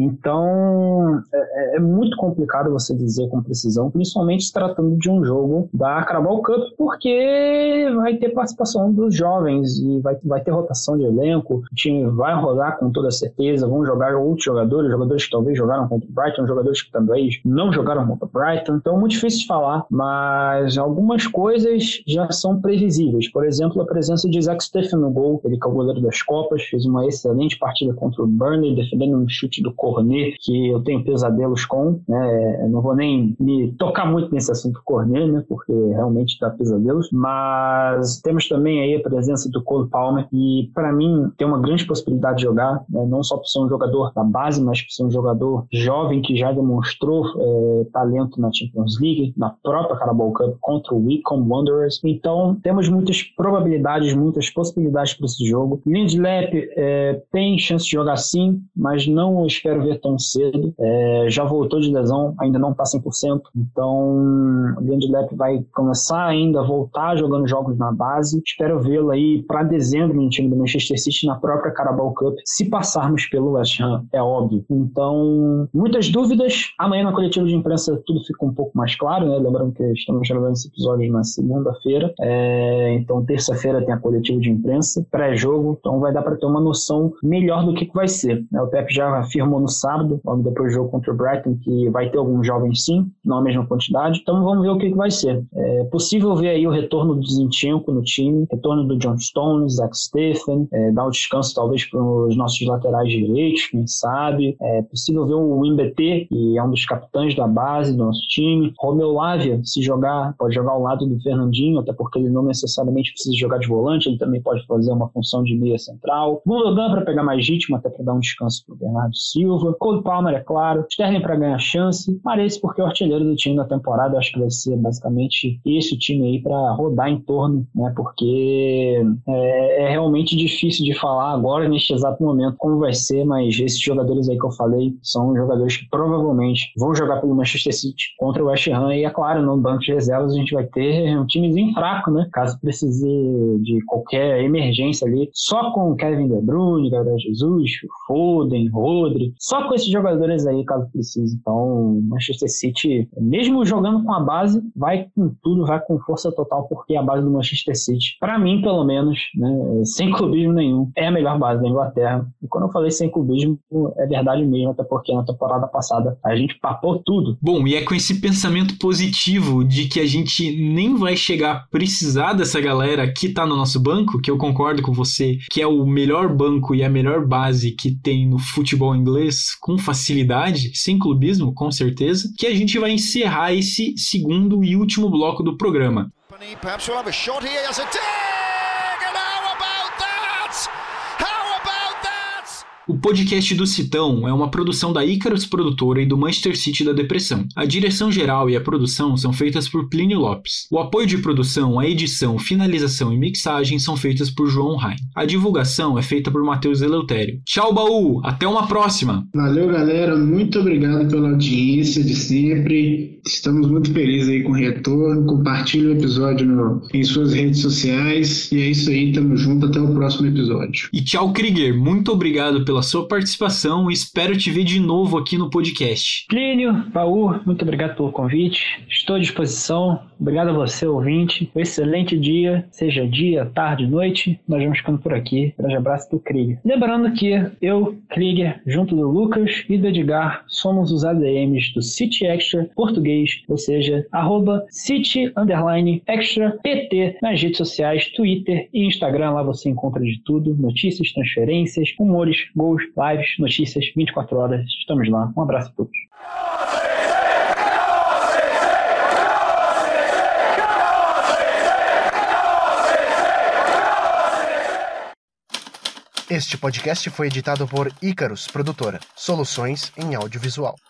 Então é, é muito complicado você dizer com precisão, principalmente se tratando de um jogo da Carabao Cup, porque vai ter participação dos jovens e vai, vai ter rotação de elenco, o time vai rodar com toda certeza, vão jogar outros jogadores, jogadores que talvez jogaram contra o Brighton, jogadores que talvez não jogaram contra o Brighton, então é muito difícil de falar, mas algumas coisas já são previsíveis. Por exemplo, a presença de Zach Steffen no gol, ele que é o goleiro das Copas, fez uma excelente partida contra o Burnley, defendendo um chute do Cornet, que eu tenho pesadelos com, né? Eu não vou nem me tocar muito nesse assunto Cornet, né? Porque realmente dá pesadelos, mas temos também aí a presença do Cole Palmer, e para mim tem uma grande possibilidade de jogar, né? Não só por ser um jogador da base, mas por ser um jogador jovem que já demonstrou é, talento na Champions League, na própria Carabao Cup contra o Wycombe Wanderers. Então temos muitas probabilidades, muitas possibilidades para esse jogo. Lindelof é, tem chance de jogar sim, mas não espero ver tão cedo. É, já voltou de lesão, ainda não está cem por cento, então o Lindelof vai começar ainda a voltar jogando jogos na base. Espero vê-lo aí para dezembro no time do Manchester City na própria Carabao Cup, se passarmos pelo West Ham, é óbvio. Então, muitas dúvidas. Amanhã na coletiva de imprensa tudo fica um pouco mais claro, né? Lembrando que estamos gravando esse episódio na segunda-feira, é, então terça-feira tem a coletiva de imprensa, pré-jogo, então vai dar para ter uma noção melhor do que, que vai ser, né? O Pep já afirmou no sábado, logo depois do jogo contra o Brighton, que vai ter alguns jovens sim, não a mesma quantidade, então vamos ver o que, que vai ser. É possível ver aí o retorno do Zinchenko no time, retorno do John Stones, Zach Steffen, é, dar um descanso talvez para os nossos laterais direitos, quem sabe. É possível ver o Mbete, que é um dos capitães da base do nosso time. Romeu Lavia, se jogar, pode jogar ao lado do Fernandinho, até porque ele não necessariamente precisa jogar de volante, ele também pode fazer uma função de meia central. Gundogan para pegar mais ritmo, até para dar um descanso para o Bernardo Silva. Cole Palmer, é claro. Sterling para ganhar chance. Mares, porque é o artilheiro do time da temporada, eu acho que vai ser basicamente esse o time aí para rodar em torno, né? Porque é, é realmente difícil de falar agora, neste exato momento, como vai ser, mas esses jogadores aí que eu falei são jogadores que provavelmente vão jogar pelo Manchester City contra o West Ham, e é claro, no banco de reservas a gente vai ter um timezinho fraco, né? Caso precise de qualquer emergência ali, só com Kevin De Bruyne, Gabriel Jesus, Foden, Rodri, só com esses jogadores aí, caso precise. Então, o Manchester City, mesmo jogando com a base, vai com tudo, vai com força total, porque a base do Manchester City, para mim, pelo menos, né, sem clubismo nenhum, é a melhor base da Inglaterra. E quando eu falei sem clubismo, é verdade mesmo, até porque na temporada passada a gente papou tudo. Bom, e é com esse pensamento positivo de que a gente nem vai chegar a precisar dessa galera que tá no nosso banco, que eu concordo com você, que é o melhor banco e a melhor base que tem no futebol inglês, com facilidade, sem clubismo, com certeza, que a gente vai encerrar esse segundo e último bloco do programa. Perhaps we'll have a shot here as a dig, and how about that? How about that? O podcast do Citão é uma produção da Icarus Produtora e do Manchester City da Depressão. A direção geral e a produção são feitas por Plínio Lopes. O apoio de produção, a edição, finalização e mixagem são feitas por João Rain. A divulgação é feita por Matheus Eleutério. Tchau, Baú! Até uma próxima! Valeu, galera. Muito obrigado pela audiência de sempre. Estamos muito felizes aí com o retorno. Compartilhe o episódio no, em suas redes sociais. E é isso aí, tamo junto. Até o próximo episódio. E tchau, Krieger. Muito obrigado pela sua participação e espero te ver de novo aqui no podcast. Plínio, Raul, muito obrigado pelo convite. Estou à disposição. Obrigado a você, ouvinte. Um excelente dia, seja dia, tarde, noite. Nós vamos ficando por aqui. Grande abraço do Krieger. Lembrando que eu, Krieger, junto do Lucas e do Edgar, somos os A D Ms do City Extra Português, ou seja, arroba City Underline Extra P T nas redes sociais, Twitter e Instagram. Lá você encontra de tudo: notícias, transferências, humores, gols, lives, notícias, vinte e quatro horas. Estamos lá. Um abraço a todos. Este podcast foi editado por Icarus Produtora, soluções em audiovisual.